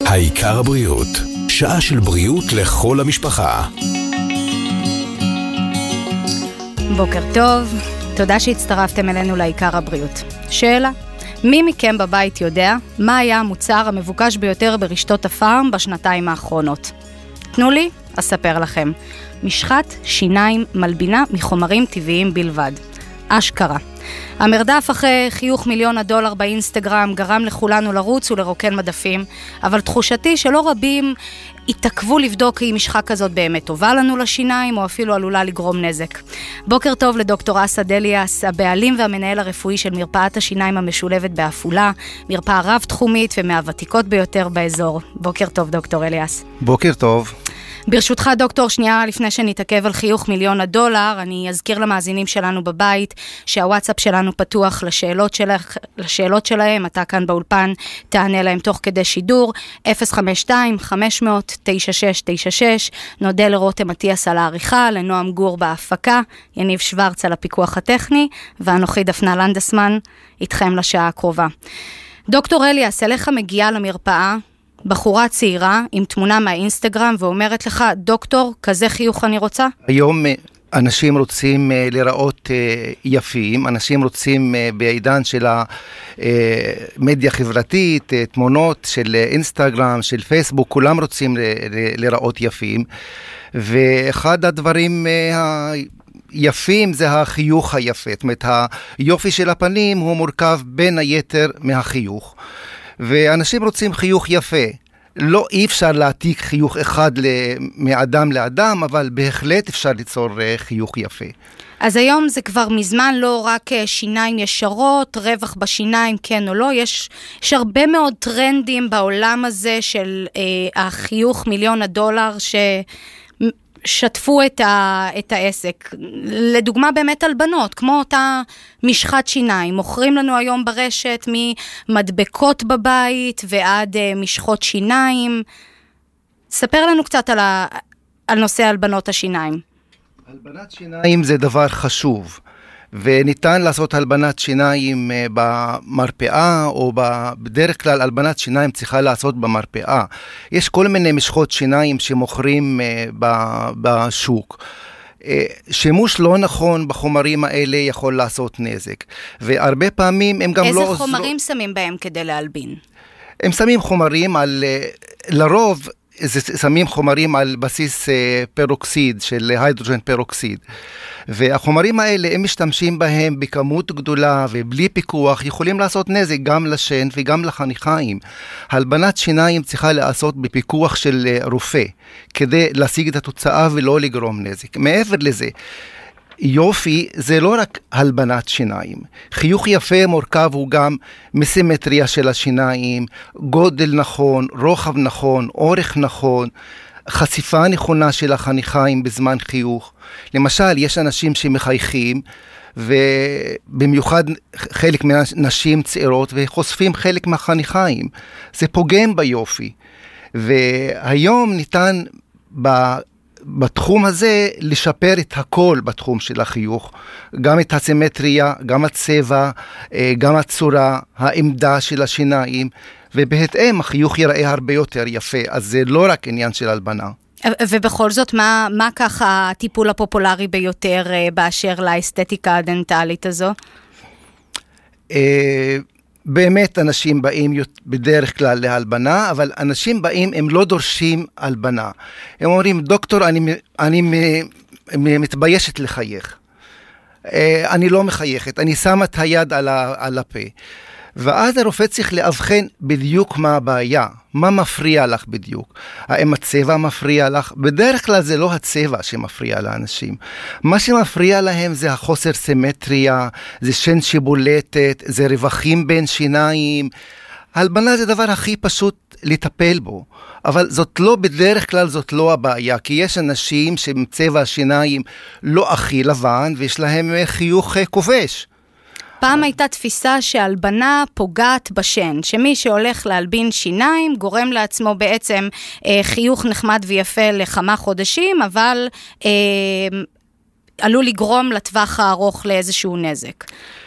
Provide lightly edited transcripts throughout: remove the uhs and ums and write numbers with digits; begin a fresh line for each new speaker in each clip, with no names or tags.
העיקר הבריאות, שעה של בריאות לכל המשפחה.
בוקר טוב, תודה שהצטרפתם אלינו לעיקר הבריאות. שאלה, מי מכם בבית יודע מה היה המוצר המבוקש ביותר ברשתות הפארם בשנתיים האחרונות? תנו לי, אספר לכם. משחת שיניים מלבינה מחומרים טבעיים בלבד. אשכרה. המרדף אחרי חיוך $1,000,000 באינסטגרם גרם לכולנו לרוץ ולרוקן מדפים, אבל תחושתי שלא רבים התעכבו לבדוק אם משחה כזאת באמת טובה לנו לשיניים או אפילו עלולה לגרום נזק. בוקר טוב לדוקטור אסד אליאס, הבעלים והמנהל הרפואי של מרפאת השיניים המשולבת בעפולה, מרפאה רב תחומית ומהוותיקות ביותר באזור. בוקר טוב דוקטור אליאס.
בוקר טוב.
ברשותך דוקטור, שנייה לפני שנתעכב על חיוך $1,000,000, אני אזכיר למאזינים שלנו בבית שהוואטסאפ שלנו פתוח לשאלות שלהם, אתה כאן באולפן תענה להם תוך כדי שידור, 052-500-9696, נודה לרותם מתיאס על העריכה, לנועם גור בהפקה, יניב שוורץ על הפיקוח הטכני, ואנוכי דפנה לנדסמן, איתכם לשעה הקרובה. דוקטור אליאס, אליך מגיעה למרפאה, בחורה צעירה עם תמונה מהאינסטגרם ואומרת לך, דוקטור, כזה חיוך אני רוצה?
היום אנשים רוצים לראות יפים, אנשים רוצים בעידן של המדיה חברתית, תמונות של אינסטגרם, של פייסבוק, כולם רוצים לראות יפים, ואחד הדברים יפים זה החיוך היפה, זאת אומרת, היופי של הפנים הוא מורכב בין היתר מהחיוך. ואנשים רוצים חיוך יפה. לא אי אפשר להעתיק חיוך אחד מאדם לאדם, אבל בהחלט אפשר ליצור חיוך יפה.
אז היום זה כבר מזמן לא רק שיניים ישרות, רווח בשיניים כן או לא, יש הרבה מאוד טרנדים בעולם הזה של החיוך $1,000,000 ששטפו את העסק. לדוגמה באמת על בנות, כמו אותה משחת שיניים, מוכרים לנו היום ברשת ממדבקות בבית ועד משחות שיניים. ספר לנו קצת על נושא הלבנות השיניים.
הלבנת שיניים זה דבר חשוב, וניתן לעשות הלבנת שיניים במרפאה, או בדרך כלל הלבנת שיניים צריכה לעשות במרפאה. יש כל מיני משחות שיניים שמוכרים בשוק. שימוש לא נכון בחומרים האלה יכול לעשות נזק, והרבה פעמים הם גם לא...
איזה חומרים שמים בהם כדי להלבין?
הם שמים חומרים לרוב שמים חומרים על בסיס פרוקסיד, של הידרוג'ן פרוקסיד. והחומרים האלה, הם משתמשים בהם בכמות גדולה ובלי פיקוח, יכולים לעשות נזק גם לשן וגם לחניכיים. הלבנת שיניים צריכה לעשות בפיקוח של רופא, כדי להשיג את התוצאה ולא לגרום נזק. מעבר לזה, יופי זה לא רק הלבנת שיניים. חיוך יפה מורכב הוא גם מסימטריה של השיניים, גודל נכון, רוחב נכון, אורך נכון, חשיפה נכונה של החניכיים בזמן חיוך. למשל, יש אנשים שמחייכים, ובמיוחד חלק מהנשים צעירות, וחושפים חלק מהחניכיים. זה פוגם ביופי. והיום ניתן בתחום הזה לשפר את הכל בתחום של החיוך, גם את הסימטריה, גם הצבע, גם הצורה, העמדה של השיניים, ובהתאם החיוך ייראה הרבה יותר יפה, אז זה לא רק עניין של הלבנה.
ובכל זאת, מה ככה הטיפול הפופולרי ביותר באשר לאסתטיקה הדנטלית הזו?
באמת אנשים באים בדרך כלל להלבנה, אבל אנשים באים, הם לא דורשים הלבנה. הם אומרים, דוקטור, אני מתביישת לחייך. אני לא מחייכת, אני שמה את היד על הפה. ואז הרופא צריך להבחן בדיוק מה הבעיה, מה מפריע לך בדיוק. האם הצבע מפריע לך? בדרך כלל זה לא הצבע שמפריע לאנשים. מה שמפריע להם זה החוסר סימטריה, זה שן שבולטת, זה רווחים בין שיניים. הלבנה זה דבר הכי פשוט לטפל בו, אבל בדרך כלל זאת לא הבעיה, כי יש אנשים שצבע השיניים לא הכי לבן, ויש להם חיוך כובש.
פעם הייתה תפיסה שהלבנה פוגעת בשן, שמי שהולך להלבין שיניים גורם לעצמו בעצם חיוך נחמד ויפה לכמה חודשים, אבל עלול לגרום לטווח הארוך לאיזשהו נזק.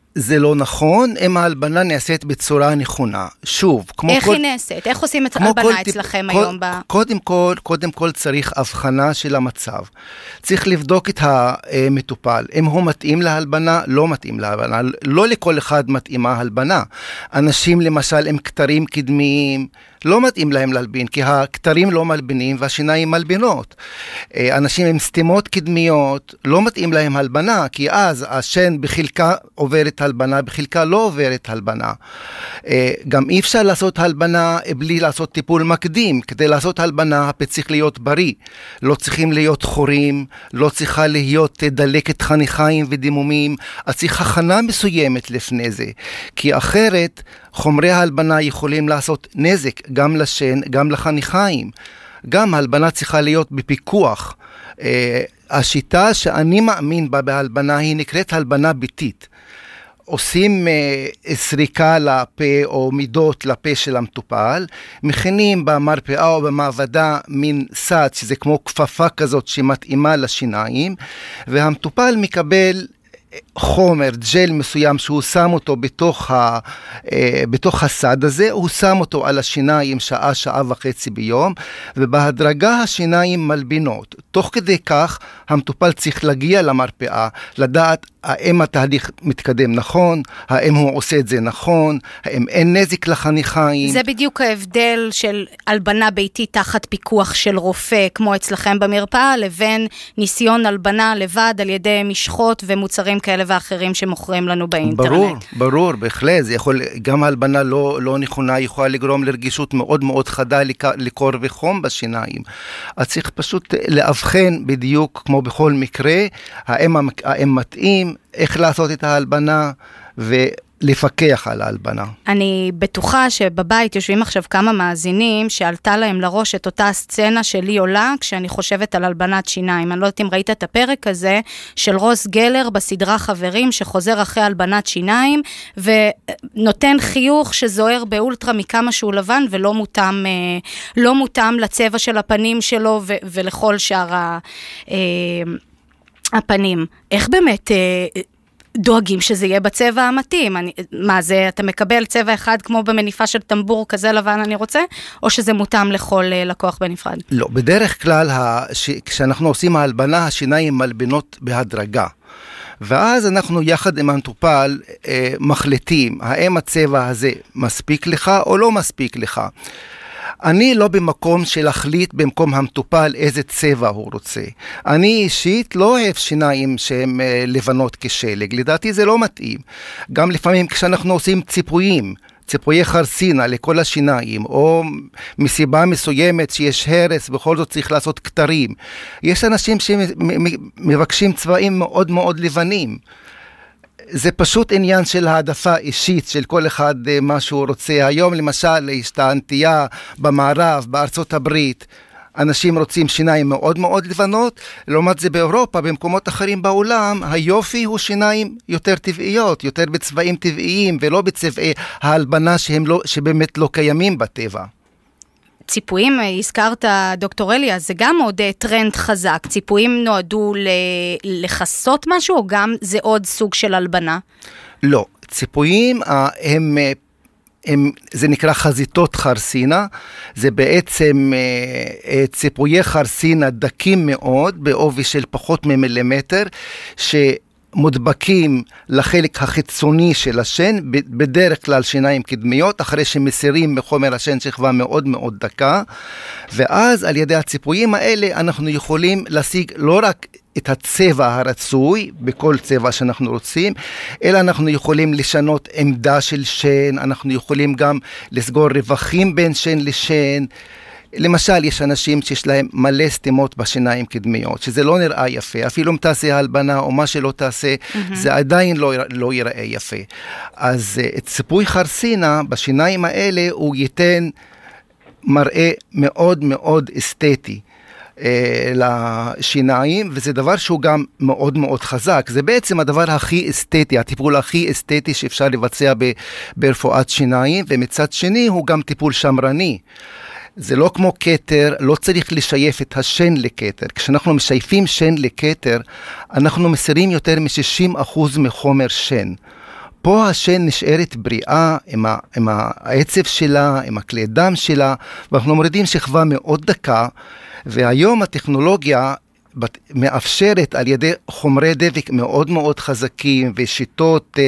זה לא נכון, אם ההלבנה נעשית בצורה נכונה. שוב, כמו
איך היא נעשית? איך עושים את ההלבנה אצלכם היום?
קודם כל צריך הבחנה של המצב. צריך לבדוק את המטופל. אם הוא מתאים להלבנה, לא מתאים להלבנה. לא לכל אחד מתאימה הלבנה. אנשים למשל עם כתרים קדמיים, לא מתאים להם להלבין, כי הכתרים לא מלבינים והשיניים מלבינות. אנשים עם סתימות קדמיות, לא מתאים להם הלבנה, כי אז השן בחלקה עוברת הלבנה, בחלקה לא עוברת הלבנה. גם אי אפשר לעשות הלבנה בלי לעשות טיפול מקדים. כדי לעשות הלבנה, הפה צריך להיות בריא. לא צריכים להיות חורים, לא צריכה להיות דלקת חניכיים ודימומים, אז צריך הכנה מסוימת לפני זה. כי אחרת, חומרי ההלבנה יכולים לעשות נזק גם לשן, גם לחניכיים. גם הלבנה צריכה להיות בפיקוח. השיטה שאני מאמין בה בהלבנה היא נקראת הלבנה ביתית. עושים סריקה לפה או מידות לפה של המטופל, מכינים במרפאה או במעבדה מין סד, שזה כמו כפפה כזאת שמתאימה לשיניים, והמטופל מקבל חומר, ג'ל מסוים שהוא שם אותו בתוך הסד הזה, הוא שם אותו על השיניים שעה, שעה וחצי ביום, ובהדרגה השיניים מלבינות. תוך כדי כך, המטופל צריך להגיע למרפאה, לדעת האם התהליך מתקדם נכון, האם הוא עושה את זה נכון, האם אין נזק לחניכיים.
זה בדיוק ההבדל של הלבנה ביתית תחת פיקוח של רופא, כמו אצלכם במרפאה, לבין ניסיון הלבנה לבד על ידי משחות ומוצרים כאלה ואחרים שמוכרים לנו באינטרנט.
ברור, בהחלט. זה יכול, גם הלבנה לא נכונה יכולה לגרום לרגישות מאוד מאוד חדה לקור וחום בשיניים. אז צריך פשוט להבחן בדיוק כמו בכל מקרה, האם מתאים, איך לעשות את ההלבנה ולפקח על ההלבנה.
אני בטוחה שבבית יושבים עכשיו כמה מאזינים שעלתה להם לראש את אותה סצנה שלי עולה כשאני חושבת על הלבנת שיניים. אני לא יודעת אם ראית את הפרק הזה של רוס גלר בסדרה חברים שחוזר אחרי הלבנת שיניים ונותן חיוך שזוהר באולטרה מכמה שהוא לבן ולא מותאם לצבע של הפנים שלו ולכל שאר הפנים. איך באמת דואגים שזה יהיה בצבע המתאים? מה זה, אתה מקבל צבע אחד כמו במניפה של טמבור כזה לבן אני רוצה, או שזה מותאם לכל לקוח בנפרד?
לא, בדרך כלל כשאנחנו עושים ההלבנה, השיניים מלבינות בהדרגה. ואז אנחנו יחד עם המטופל מחליטים, האם הצבע הזה מספיק לך או לא מספיק לך. אני לא במקום של להחליט במקום המטופל איזה צבע הוא רוצה. אני אישית לא אוהב שיניים שהן לבנות כשלג. לדעתי זה לא מתאים. גם לפעמים כשאנחנו עושים ציפויי חרסינה לכל השיניים, או מסיבה מסוימת שיש הרס, בכל זאת צריך לעשות כתרים. יש אנשים שמבקשים צבעים מאוד מאוד לבנים. זה פשוט עניין של העדפה אישית של כל אחד מה שהוא רוצה. היום למשל יש את הנטייה במערב, בארצות הברית, אנשים רוצים שיניים מאוד מאוד לבנות, לעומת זה באירופה, במקומות אחרים בעולם, היופי הוא שיניים יותר טבעיות, יותר בצבעים טבעיים, ולא בצבעי ההלבנה שבאמת לא קיימים בטבע.
ציפויים, הזכרת דוקטור אליה, זה גם עוד טרנד חזק. ציפויים נועדו לחסות משהו, או גם זה עוד סוג של הלבנה?
לא, ציפויים זה נקרא חזיתות חרסינה, זה בעצם ציפויי חרסינה דקים מאוד, בעובי של פחות ממילימטר, מודבקים לחלק החיצוני של השן, בדרך כלל שיניים קדמיות, אחרי שמסירים מחומר השן שכבה מאוד מאוד דקה, ואז על ידי הציפויים האלה אנחנו יכולים להשיג לא רק את הצבע הרצוי, בכל צבע שאנחנו רוצים, אלא אנחנו יכולים לשנות עמדה של שן, אנחנו יכולים גם לסגור רווחים בין שן לשן, למשל, יש אנשים שיש להם מלא סתימות בשיניים קדמיות, שזה לא נראה יפה, אפילו אם תעשה הלבנה או מה שלא תעשה, זה עדיין לא ייראה יפה. אז ציפוי חרסינה בשיניים האלה הוא ייתן מראה מאוד מאוד אסתטי לשיניים, וזה דבר שהוא גם מאוד מאוד חזק. זה בעצם הדבר הכי אסתטי, הטיפול הכי אסתטי שאפשר לבצע ברפואת שיניים, ומצד שני הוא גם טיפול שמרני. זה לא כמו קטר, לא צריך לשייף את השן לקטר. כשאנחנו משייפים שן לקטר, אנחנו מסירים יותר מ-60% מחומר שן. פה השן נשארת בריאה עם העצב שלה, עם הכלי דם שלה, ואנחנו מורידים שכבה מאוד דקה, והיום הטכנולוגיה מאפשרת על ידי חומרי דבק מאוד מאוד חזקים ושיטות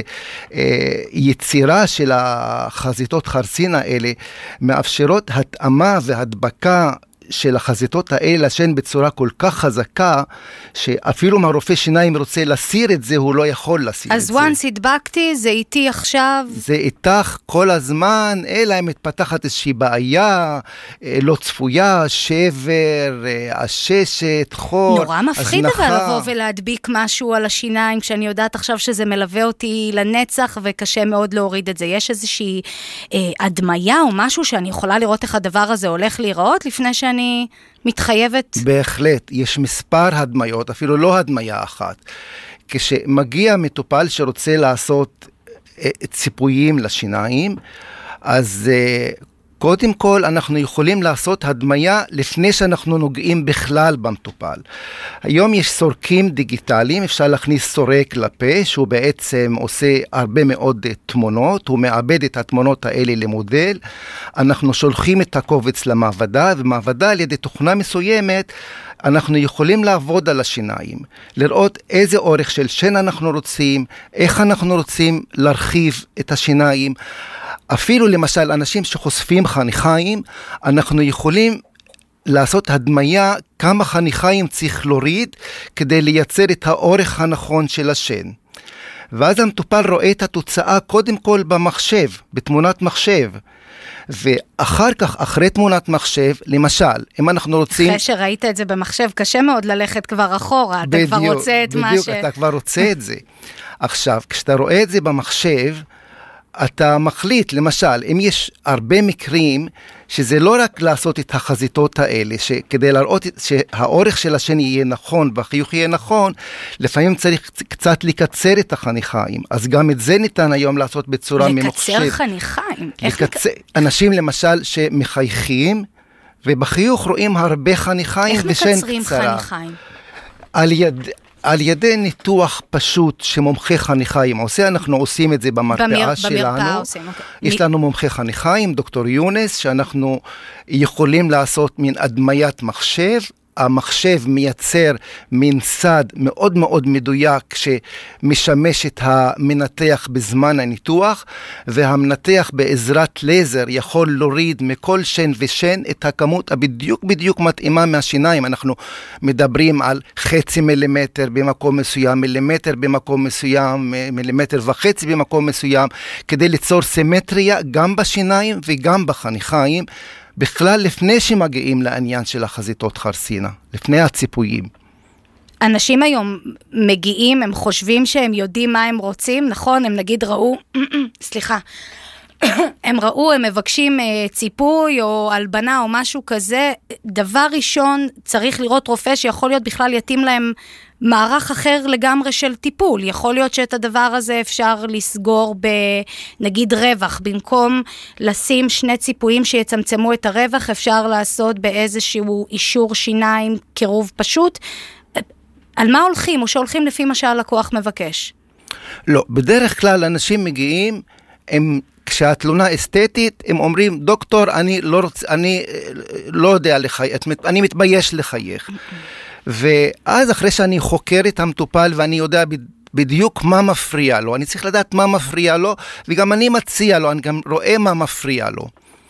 יצירה של החזיתות חרסינה האלה, מאפשרות התאמה והדבקה של החזיתות האלה לשן בצורה כל כך חזקה, שאפילו מהרופא שיניים רוצה להסיר את זה, הוא לא יכול להסיר את זה.
אז once הדבקתי, זה איתי עכשיו?
זה איתך כל הזמן, אלא אם מתפתחת איזושהי בעיה, לא צפויה, שבר, עששת, חור,
נורא מפחיד אבל לבוא ולהדביק משהו על השיניים, כשאני יודעת עכשיו שזה מלווה אותי לנצח, וקשה מאוד להוריד את זה. יש איזושהי הדמיה או משהו שאני יכולה לראות איך הדבר הזה הולך להיראות, לפני שאני מתחייבת?
בהחלט, יש מספר הדמיות, אפילו לא הדמיה אחת. כשמגיע מטופל שרוצה לעשות ציפויים לשיניים, אז קודם כל אנחנו יכולים לעשות הדמיה לפני שאנחנו נוגעים בכלל במטופל. היום יש סורקים דיגיטליים, אפשר להכניס סורק לפה, שהוא בעצם עושה הרבה מאוד תמונות, הוא מעבד את התמונות האלה למודל, אנחנו שולחים את הקובץ למעבדה, ומעבדה על ידי תוכנה מסוימת, אנחנו יכולים לעבוד על השיניים, לראות איזה אורך של שן אנחנו רוצים, איך אנחנו רוצים להרחיב את השיניים, אפילו למשל אנשים שחושפים חניכיים, אנחנו יכולים לעשות הדמיה כמה חניכיים צריך להוריד כדי לייצר את האורך הנכון של השן. ואז המטופל רואה את התוצאה קודם כל במחשב, בתמונת מחשב. ואחר כך, אחרי תמונת מחשב, למשל, אם אנחנו רוצים...
אחרי שראית את זה במחשב, קשה מאוד ללכת כבר אחורה, אתה כבר רוצה את מה ש...
בדיוק, אתה כבר רוצה את זה. עכשיו, כשאתה רואה את זה במחשב, אתה מחליט, למשל, אם יש הרבה מקרים, שזה לא רק לעשות את החזיתות האלה, שכדי להראות שהאורך של השן יהיה נכון, והחיוך יהיה נכון, לפעמים צריך קצת לקצר את החניכיים. אז גם את זה ניתן היום לעשות בצורה ממוחשבת.
לקצר חניכיים?
אנשים למשל שמחייכים, ובחיוך רואים הרבה חניכיים ושן קצרה. איך מקצרים חניכיים? על ידי ניתוח פשוט שמומחה חניכיים עושה, אנחנו עושים את זה במרפאה שלנו. יש לנו מומחה חניכיים, דוקטור יונס, שאנחנו יכולים לעשות מין הדמיית מחשב. המחשב מייצר מין סד מאוד מאוד מדויק שמשמש את המנתח בזמן הניתוח, והמנתח בעזרת לייזר יכול להוריד מכל שן ושן את הכמות הבדיוק מתאימה מהשיניים. אנחנו מדברים על 0.5 מילימטר במקום מסוים, מילימטר במקום מסוים, 1.5 מילימטר במקום מסוים, כדי ליצור סימטריה גם בשיניים וגם בחניכיים, בכלל לפני שמגיעים לעניין של החזיתות חרסינה, לפני הציפויים.
אנשים היום מגיעים, הם חושבים שהם יודעים מה הם רוצים, נכון? הם נגיד ראו, סליחה, הם מבקשים ציפוי או הלבנה או משהו כזה, דבר ראשון צריך לראות רופא שיכול להיות בכלל יתאים להם מערך אחר לגמרי של טיפול. יכול להיות שאת הדבר הזה אפשר לסגור בנגיד רווח, במקום לשים 2 ציפויים שיצמצמו את הרווח, אפשר לעשות באיזשהו אישור שיניים, קירוב פשוט. על מה הולכים? או שהולכים לפי מה שהלקוח מבקש?
לא, בדרך כלל אנשים מגיעים, כשהתלונה אסתטית, הם אומרים, דוקטור, אני לא יודע לחייך, אני מתבייש לחייך. ואז אחרי שאני חוקר את המטופל ואני יודע בדיוק מה מפריע לו, אני צריך לדעת מה מפריע לו, וגם אני מציע לו, אני גם רואה מה מפריע לו.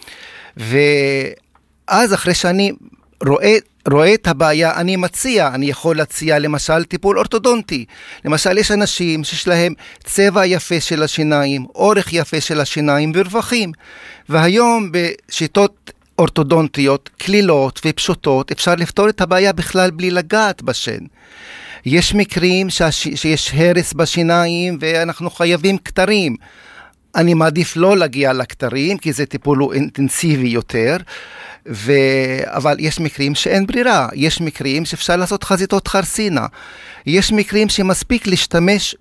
ואז אחרי שאני רואה את הבעיה, אני יכול להציע למשל טיפול אורתודונטי. למשל יש אנשים שיש להם צבע יפה של השיניים, אורך יפה של השיניים ורווחים. והיום בשיטות אורתודונטיות, כלילות ופשוטות, אפשר לפתור את הבעיה בכלל בלי לגעת בשן. יש מקרים שיש הרס בשיניים ואנחנו חייבים כתרים. אני מעדיף לא להגיע לכתרים, כי זה טיפול אינטנסיבי יותר, אבל יש מקרים שאין ברירה, יש מקרים שאפשר לעשות חזיתות חרסינה, יש מקרים שמספיק להשתמש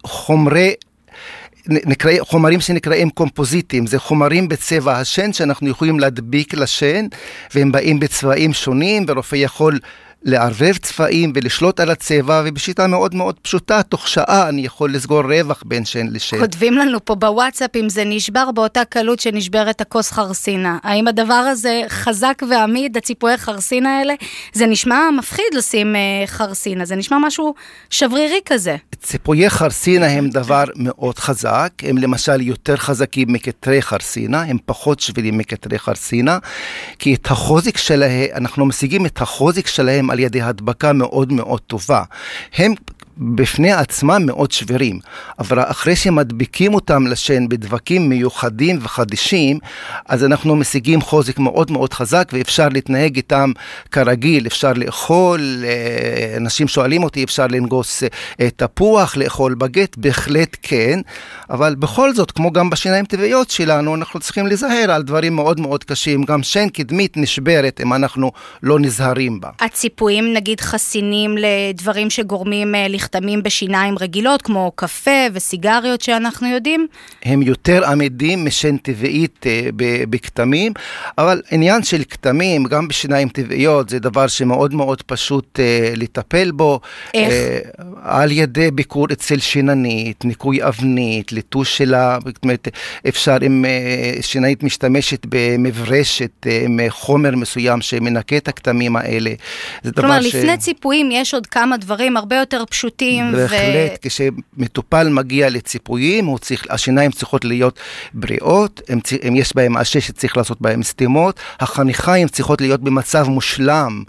חומרים שנקראים קומפוזיטים, זה חומרים בצבע השן שאנחנו יכולים להדביק לשן, והם באים בצבעים שונים, ורופא יכול לערבב צבעים ולשלוט על הצבע, ובשיטה מאוד מאוד פשוטה, תוך שעה אני יכול לסגור רווח בין שן לשן.
כותבים לנו פה בוואטסאפ אם זה נשבר באותה קלות שנשברת הכוס חרסינה. האם הדבר הזה חזק ועמיד, הציפויי חרסינה האלה? זה נשמע מפחיד לשים חרסינה, זה נשמע משהו שברירי כזה.
ציפויי חרסינה הם דבר מאוד חזק, הם למשל יותר חזקים מכתרי חרסינה, הם פחות שבילים מכתרי חרסינה, כי את החוזק שלהם, אנחנו משיגים את החוזק שלהם על ידי הדבקה מאוד מאוד טובה. הם בפני עצמם מאוד שבירים, אבל אחרי שמדביקים אותם לשן בדבקים מיוחדים וחדישים, אז אנחנו משיגים חוזק מאוד מאוד חזק, ואפשר להתנהג איתם כרגיל, אפשר לאכול, אנשים שואלים אותי, אפשר לנגוס תפוח, לאכול בגט, בהחלט כן, אבל בכל זאת, כמו גם בשיניים טבעיות שלנו, אנחנו צריכים להיזהר על דברים מאוד מאוד קשים, גם שן קדמית נשברת אם אנחנו לא נזהרים בה.
הציפויים נגיד חסינים לדברים שגורמים לכתמים בשיניים רגילות, כמו קפה וסיגריות שאנחנו יודעים?
הם יותר עמידים משן טבעית בכתמים, אבל עניין של כתמים, גם בשיניים טבעיות, זה דבר שמאוד מאוד פשוט לטפל בו.
איך?
על ידי ביקור אצל שיננית, ניקוי אבנית, ליטוש שלה, זאת אומרת, אפשר אם שיננית משתמשת במברשת, עם חומר מסוים שמנקה את הכתמים האלה.
כלומר, לפני ציפויים יש עוד כמה דברים הרבה יותר פשוטים.
בהחלט, כשמטופל מגיע לציפויים, השיניים צריכות להיות בריאות, אם יש בהם עששת צריך לעשות בהם סתימות, החניכיים צריכות להיות במצב מושלם.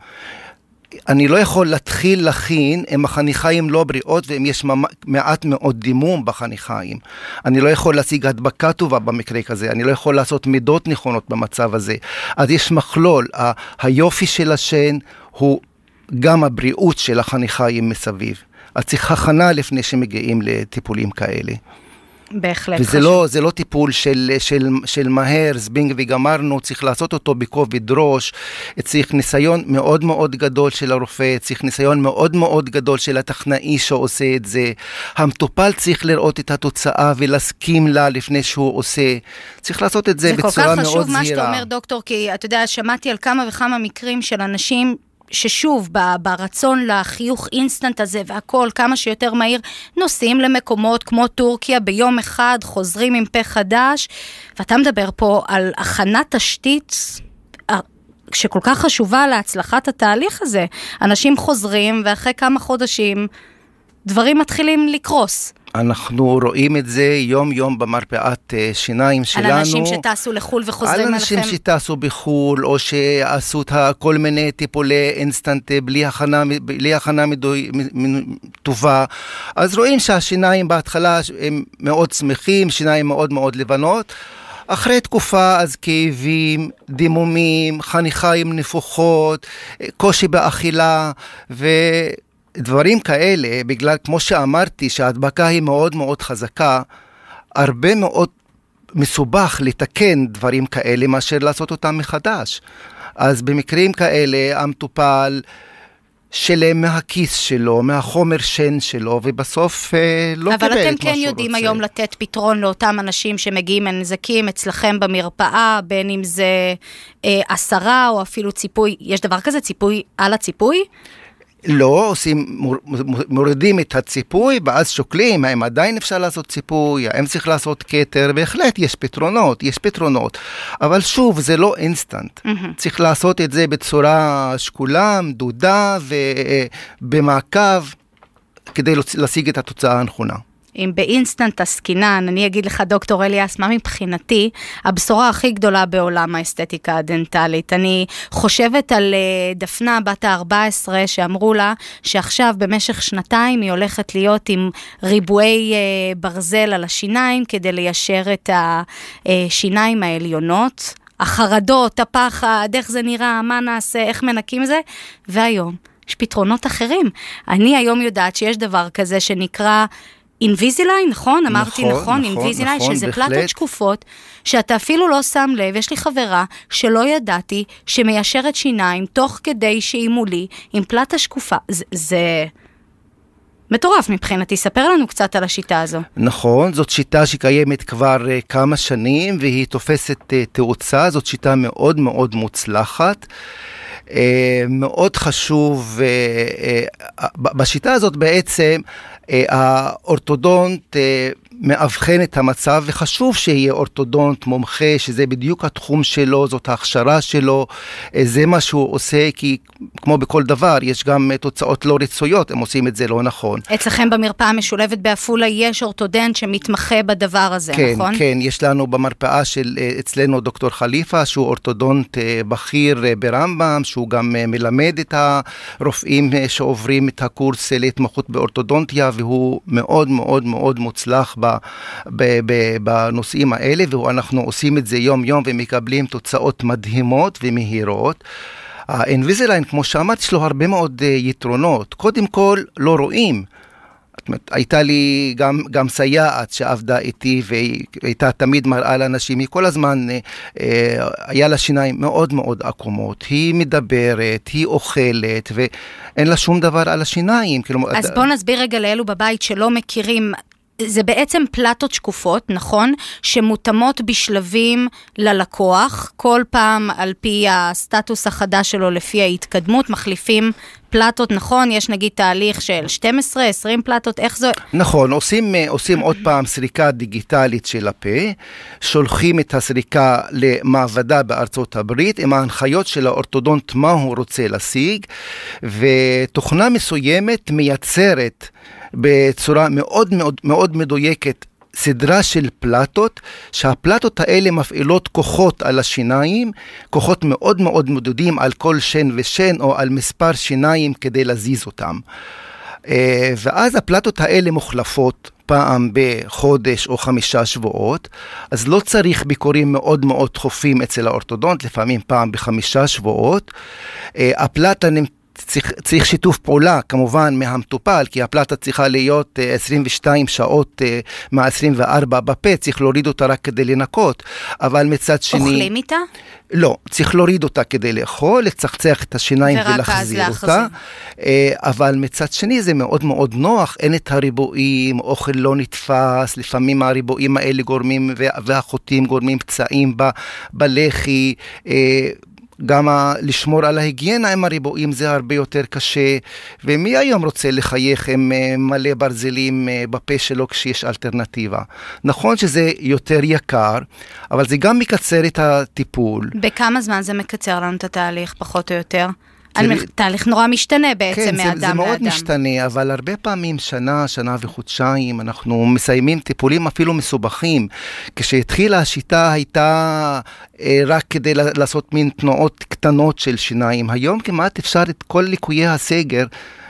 אני לא יכול להתחיל להכין אם החניכיים לא בריאות ואם יש מעט מאוד דימום בחניכיים. אני לא יכול להשיג הדבקה טובה במקרה כזה, אני לא יכול לעשות מידות נכונות במצב הזה. אז יש מכלול, היופי של השן הוא גם הבריאות של החניכיים מסביב. אז צריך הכנה לפני שמגיעים לטיפולים כאלה.
בהחלט
וזה זה לא טיפול של מהר, זבינג וגמרנו, צריך לעשות אותו בכובד ראש, צריך ניסיון מאוד מאוד גדול של הרופא, צריך ניסיון מאוד מאוד גדול של הטכנאי שעושה את זה, המטופל צריך לראות את התוצאה ולהסכים לה לפני שהוא עושה, צריך לעשות את זה בצורה מאוד זהירה.
זה כל כך חשוב מה שאתה אומר דוקטור, כי אתה יודע, שמעתי על כמה וכמה מקרים של אנשים ששוב, ברצון לחיוך אינסטנט הזה והכל כמה שיותר מהיר, נוסעים למקומות כמו טורקיה ביום אחד, חוזרים עם פה חדש, ואתה מדבר פה על הכנת תשתית שכל כך חשובה להצלחת התהליך הזה. אנשים חוזרים ואחרי כמה חודשים דברים מתחילים לקרוס.
אנחנו רואים את זה יום יום במרפאת שיניים שלנו.
על אנשים שטסו לחול וחוזרים
על אנשים
עליכם.
שטסו בחול, או שעשו כל מיני טיפולי אינסטנט בלי הכנה טובה. אז רואים שהשיניים בהתחלה הם מאוד שמחים, שיניים מאוד מאוד לבנות. אחרי תקופה אז כאבים, דימומים, חניכיים נפוחות, קושי באכילה דברים כאלה, בגלל, כמו שאמרתי, שההדבקה היא מאוד מאוד חזקה, הרבה מאוד מסובך לתקן דברים כאלה, מאשר לעשות אותם מחדש. אז במקרים כאלה, המטופל שלם מהכיס שלו, מהחומר שן שלו, ובסוף לא קיבל את מה שהוא רוצה.
אבל אתם כן יודעים היום לתת פתרון לאותם אנשים שמגיעים לנזקים אצלכם במרפאה, בין אם זה 10 או אפילו ציפוי, יש דבר כזה, ציפוי על הציפוי?
לא, מורידים את הציפוי, ואז שוקלים, האם עדיין אפשר לעשות ציפוי, האם צריך לעשות קטר, בהחלט יש פתרונות, אבל שוב, זה לא אינסטנט. צריך לעשות את זה בצורה שקולה, מדודה, ובמעקב, כדי להשיג את התוצאה הנכונה.
אם באינסטנט הסקינן, אני אגיד לך דוקטור אליאס, מה מבחינתי הבשורה הכי גדולה בעולם האסתטיקה הדנטלית. אני חושבת על דפנה בת ה-14 שאמרו לה שעכשיו במשך 2 היא הולכת להיות עם ריבועי ברזל על השיניים כדי ליישר את השיניים העליונות. החרדות, הפחד, איך זה נראה, מה נעשה, איך מנקים זה, והיום יש פתרונות אחרים. אני היום יודעת שיש דבר כזה שנקרא אינביזיליין, נכון? אמרתי נכון, אינביזיליין, שזה פלטות שקופות, שאתה אפילו לא שם לב, יש לי חברה שלא ידעתי, שמיישרת שיניים, תוך כדי שהיא מולי, עם פלטה שקופה. זה מטורף מבחינתי, ספר לנו קצת על השיטה הזו.
נכון, זאת שיטה שקיימת כבר כמה שנים, והיא תופסת תאוצה, זאת שיטה מאוד מאוד מוצלחת. מאוד חשוב, בשיטה הזאת בעצם האורתודונט מאבחן את המצב, וחשוב שיהיה אורתודונט מומחה, שזה בדיוק התחום שלו, זאת ההכשרה שלו, זה מה שהוא עושה, כי כמו בכל דבר, יש גם תוצאות לא רצויות, הם עושים את זה לא נכון.
אצלכם במרפאה המשולבת בעפולה יש אורתודנט שמתמחה בדבר הזה,
כן,
נכון?
כן, יש לנו במרפאה של אצלנו דוקטור חליפה, שהוא אורתודונט בכיר ברמב"ם, שהוא גם מלמד את הרופאים שעוברים את הקורס להתמחות באורתודונטיה, והוא מאוד מאוד מאוד מוצלח בנושאים האלה, ואנחנו עושים את זה יום יום ומקבלים תוצאות מדהימות ומהירות. האינביזיליין, כמו שאמרתי, יש לו הרבה מאוד יתרונות. קודם כל, לא רואים. הייתה לי גם סייעת שעבדה איתי, והייתה תמיד מראה לאנשים, היא כל הזמן היה לה שיניים מאוד מאוד עקומות, היא מדברת, היא אוכלת, ואין לה שום דבר על השיניים.
אז בוא נסביר רגע לאלו בבית שלא מכירים, זה בעצם פלטות שקופות, נכון? שמותאמות בשלבים ללקוח, כל פעם על פי הסטטוס החדש שלו, לפי ההתקדמות, מחליפים פלטות, נכון? יש נגיד תהליך של 12, 20 פלטות, איך זה?
נכון, עושים עוד פעם סריקה דיגיטלית של הפה, שולחים את הסריקה למעבדה בארצות הברית, עם ההנחיות של האורתודונט מה הוא רוצה להשיג, ותוכנה מסוימת מייצרת בצורה מאוד מאוד מאוד מדויקת סדרה של פלטות, שהפלטות האלה מפעילות כוחות על השיניים, כוחות מאוד מאוד מדודים על כל שן ושן או על מספר שיניים כדי להזיז אותם. ואז הפלטות האלה מוחלפות פעם בחודש או 5 שבועות, אז לא צריך ביקורים מאוד מאוד תכופים אצל האורתודונט, לפעמים פעם ב5 שבועות. הפלטה צריך שיתוף פעולה כמובן מהמטופל, כי הפלטה צריכה להיות 22 שעות מה-24 בפה, צריך להוריד אותה רק כדי לנקות, אבל מצד שני...
אוכלים איתה?
לא, צריך להוריד אותה כדי לאכול, לצחצח את השיניים ולהחזיר אותה, אבל מצד שני זה מאוד מאוד נוח, אין את הריבועים, אוכל לא נתפס, לפעמים הריבועים האלה גורמים והחוטים גורמים פצעים בלחי, גם לשמור על ההיגיינה עם הריבועים זה הרבה יותר קשה, ומי היום רוצה לחייך עם מלא ברזלים בפה שלו כשיש אלטרנטיבה? נכון שזה יותר יקר, אבל זה גם מקצר את הטיפול.
בכמה זמן זה מקצר לנו את התהליך, פחות או יותר? תהליך נורא משתנה בעצם מאדם לאדם.
כן, זה מאוד משתנה, אבל הרבה פעמים שנה וחודשיים, אנחנו מסיימים טיפולים אפילו מסובכים. כשהתחילה השיטה הייתה רק כדי לעשות מין תנועות קטנות של שיניים. היום כמעט אפשר את כל ליקויי הסגר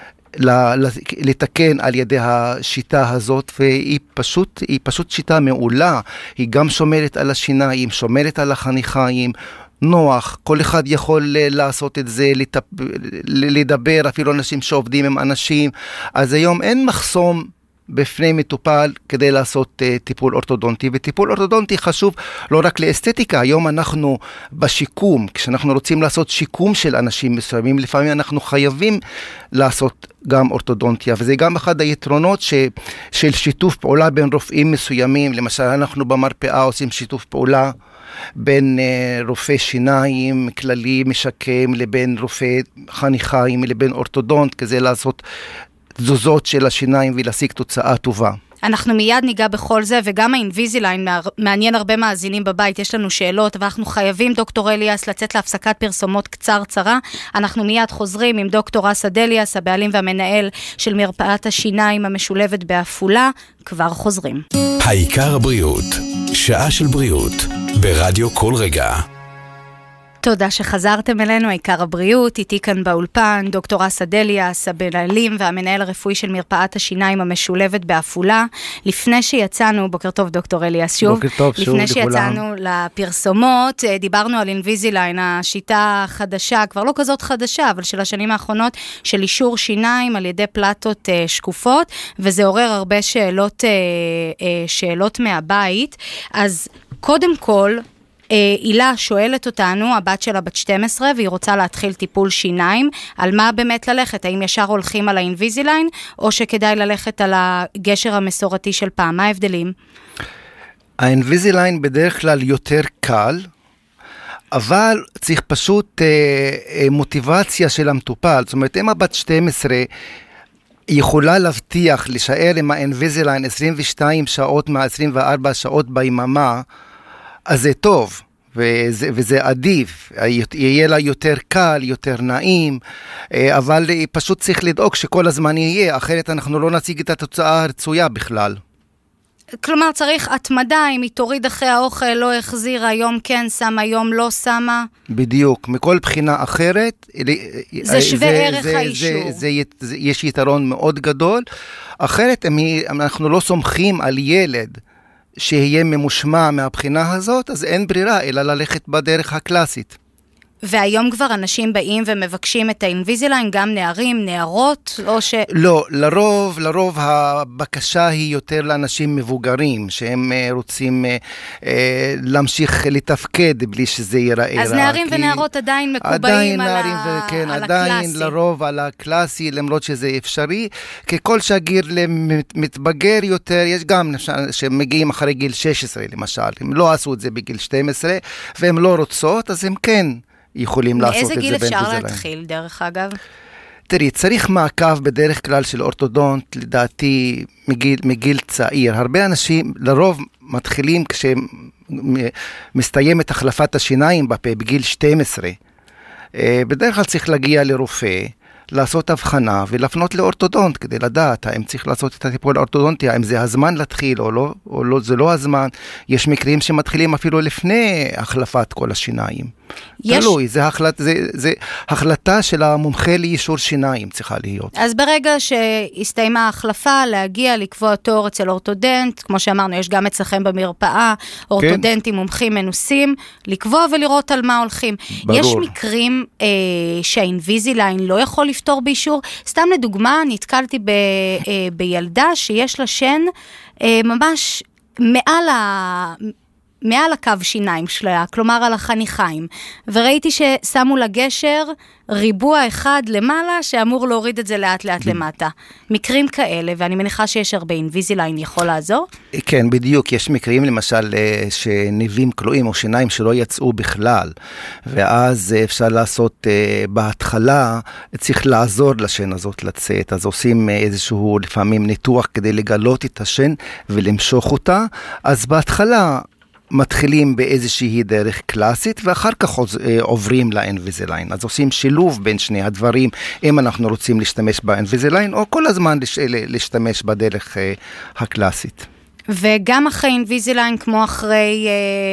לתקן על ידי השיטה הזאת, והיא פשוט שיטה מעולה. היא גם שומרת על השיניים, שומרת על החניכיים, נוח, כל אחד יכול לעשות את זה, לדבר, אפילו אנשים שעובדים עם אנשים, אז היום אין מחסום בפני מטופל כדי לעשות טיפול אורתודונטי, וטיפול אורתודונטי חשוב לא רק לאסתטיקה, היום אנחנו בשיקום, כשאנחנו רוצים לעשות שיקום של אנשים מסוימים, לפעמים אנחנו חייבים לעשות גם אורתודונטיה, וזה גם אחד היתרונות של שיתוף פעולה בין רופאים מסוימים, למשל אנחנו במרפאה עושים שיתוף פעולה, בין רופא שיניים כללי משקם לבין רופא חניכיים לבין אורתודונט, כזה לעשות תזוזות של השיניים ולהשיג תוצאה טובה.
אנחנו מיד ניגע בכל זה, וגם האינביזיליין מעניין הרבה מאזינים בבית, יש לנו שאלות, ואנחנו חייבים, דוקטור אליאס, לצאת להפסקת פרסומות קצרה. אנחנו מיד חוזרים עם דוקטור אסד אליאס, הבעלים והמנהל של מרפאת השיניים המשולבת בעפולה, כבר חוזרים.
העיקר הבריאות, שעה של בריאות, ברדיו כל רגע.
תודה שחזרתם אלינו, העיקר הבריאות, איתי כאן באולפן, דוקטור אסד אליאס, הבעלים והמנהל הרפואי של מרפאת השיניים המשולבת בעפולה. לפני שיצאנו, בוקר טוב דוקטור אליאס שוב.
בוקר טוב שוב לכולם.
לפני שיצאנו לפרסומות, דיברנו על אינביזיליין, השיטה החדשה, כבר לא כזאת חדשה, אבל של השנים האחרונות, של אישור שיניים על ידי פלטות שקופות, וזה עורר הרבה שאלות מהבית. אז קודם כל, אילה שואלת אותנו, הבת שלה בת 12, והיא רוצה להתחיל טיפול שיניים, על מה באמת ללכת? האם ישר הולכים על האינביזיליין, או שכדאי ללכת על הגשר המסורתי של פעם? מה ההבדלים?
האינביזיליין בדרך כלל יותר קל, אבל צריך פשוט מוטיבציה של המטופל. זאת אומרת, אם הבת 12 יכולה להבטיח להישאר עם האינביזיליין 22 שעות מה-24 שעות ביממה, אז זה טוב. וזה עדיף, יהיה לה יותר קל, יותר נעים, אבל פשוט צריך לדאוג שכל הזמן יהיה, אחרת אנחנו לא נציג את התוצאה הרצויה בכלל.
כלומר, צריך התמדה, אם היא תוריד אחרי האוכל, לא החזירה, יום כן שמה, יום לא שמה.
בדיוק, מכל בחינה אחרת.
זה שווה ערך האישור.
יש יתרון מאוד גדול. אחרת, אנחנו לא סומכים על ילד שיהיה ממושמע מהבחינה הזאת, אז אין ברירה, אלא ללכת בדרך הקלאסית.
והיום כבר אנשים באים ומבקשים את האינביזיליין, גם נערים, נערות, או ש...
לא, לרוב הבקשה היא יותר לאנשים מבוגרים, שהם רוצים להמשיך לתפקד בלי שזה ייראה.
אז נערים ונערות עדיין מקובעים על הקלאסי.
עדיין לרוב על הקלאסי, למרות שזה אפשרי. ככל שהגיר מתבגר יותר, יש גם שמגיעים אחרי גיל 16 למשל, הם לא עשו את זה בגיל 12, והם לא רוצות, אז הם כן יכולים לעשות את זה.
מאיזה גיל אפשר להתחיל, דרך אגב?
תראי, צריך מעקב בדרך כלל של אורתודונט, לדעתי, מגיל צעיר. הרבה אנשים, לרוב, מתחילים כשמסתיימת החלפת השיניים בפה, בגיל 12. בדרך כלל צריך להגיע לרופא, לעשות הבחנה ולפנות לאורתודונט כדי לדעת האם צריך לעשות את הטיפול האורתודונטי, האם זה הזמן להתחיל או לא, זה לא הזמן. יש מקרים שמתחילים אפילו לפני החלפת כל השיניים. תלוי, זה החלטה של המומחה לאישור שיניים צריכה להיות.
אז ברגע שהסתיימה ההחלפה, להגיע לקבוע תור אצל אורתודנט, כמו שאמרנו, יש גם אצלכם במרפאה, אורתודנטים מומחים מנוסים, לקבוע ולראות על מה הולכים. ברור. יש מקרים שהאינביזיליין לא יכול לפתור באישור. סתם לדוגמה, נתקלתי בילדה שיש לה שן ממש מעל הקו שיניים שלה, כלומר על החניכיים, וראיתי ששמו לגשר ריבוע אחד למעלה, שאמור להוריד את זה לאט לאט למטה. מקרים כאלה, ואני מניחה שיש הרבה, אינביזיליין יכול לעזור?
כן, בדיוק, יש מקרים למשל שניבים כלואים או שיניים שלא יצאו בכלל, ואז אפשר לעשות בהתחלה, צריך לעזור לשן הזאת לצאת, אז עושים איזשהו לפעמים ניתוח כדי לגלות את השן ולמשוך אותה, אז בהתחלה מתחילים באיזושהי דרך קלאסית, ואחר כך עוברים לאינביזיליין. אז עושים שילוב בין שני הדברים, אם אנחנו רוצים להשתמש באינביזיליין, או כל הזמן להשתמש בדרך הקלאסית.
וגם אחרי אינביזיליין, כמו אחרי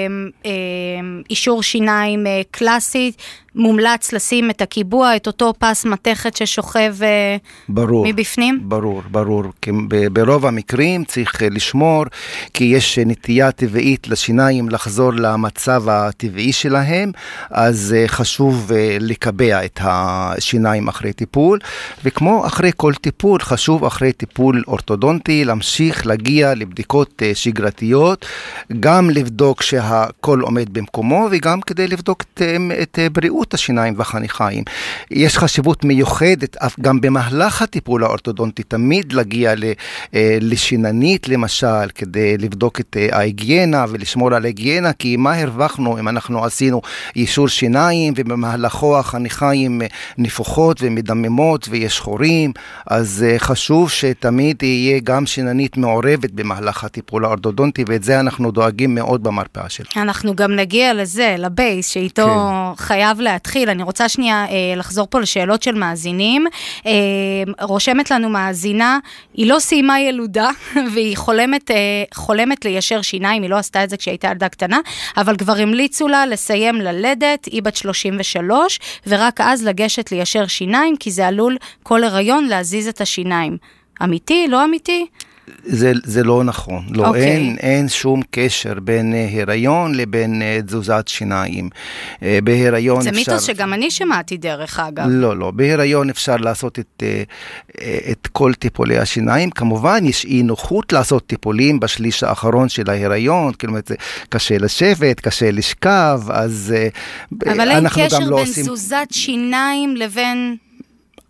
אישור שיניים קלאסית, מומלץ לשים את הקיבוע, את אותו פס מתכת ששוכב מבפנים?
ברור. ברוב המקרים צריך לשמור, כי יש נטייה טבעית לשיניים לחזור למצב הטבעי שלהם, אז חשוב לקבע את השיניים אחרי טיפול, וכמו אחרי כל טיפול, חשוב אחרי טיפול אורתודונטי, להמשיך להגיע לבדיקות שגרתיות, גם לבדוק שהכל עומד במקומו, וגם כדי לבדוק את בריאות השיניים והחניכיים. יש חשיבות מיוחדת גם במהלך הטיפול האורתודונטי, תמיד להגיע לשיננית למשל, כדי לבדוק את ההיגיינה ולשמור על ההיגיינה, כי מה הרווחנו אם אנחנו עשינו אישור שיניים ובמהלכו החניכיים נפוחות ומדממות ויש חורים, אז חשוב שתמיד יהיה גם שיננית מעורבת במהלך הטיפול האורתודונטי, ואת זה אנחנו דואגים מאוד במרפאה שלנו.
אנחנו גם נגיע לזה, לבייס, שאיתו חייב להתחיל. אני רוצה שנייה לחזור פה לשאלות של מאזינים. רושמת לנו מאזינה, היא לא סיימה ילודה, והיא חולמת ליישר שיניים, היא לא עשתה את זה כשהייתה ילדה קטנה, אבל כבר המליצו לה לסיים ללדת, היא בת 33, ורק אז לגשת ליישר שיניים, כי זה עלול כל הריון להזיז את השיניים. אמיתי? לא אמיתי?
זה לא נכון. לא, אין שום קשר בין הריון לבין תזוזת שיניים. בהיריון
זה
אפשר...
מיתוס שגם אני שמעתי דרך אגב.
לא. בהיריון אפשר לעשות את כל טיפולי השיניים. כמובן, יש אי נוחות לעשות טיפולים בשליש האחרון של ההיריון, כלומר, זה קשה לשבת, קשה לשכב, אז
אבל אין קשר בין תזוזת שיניים לבין...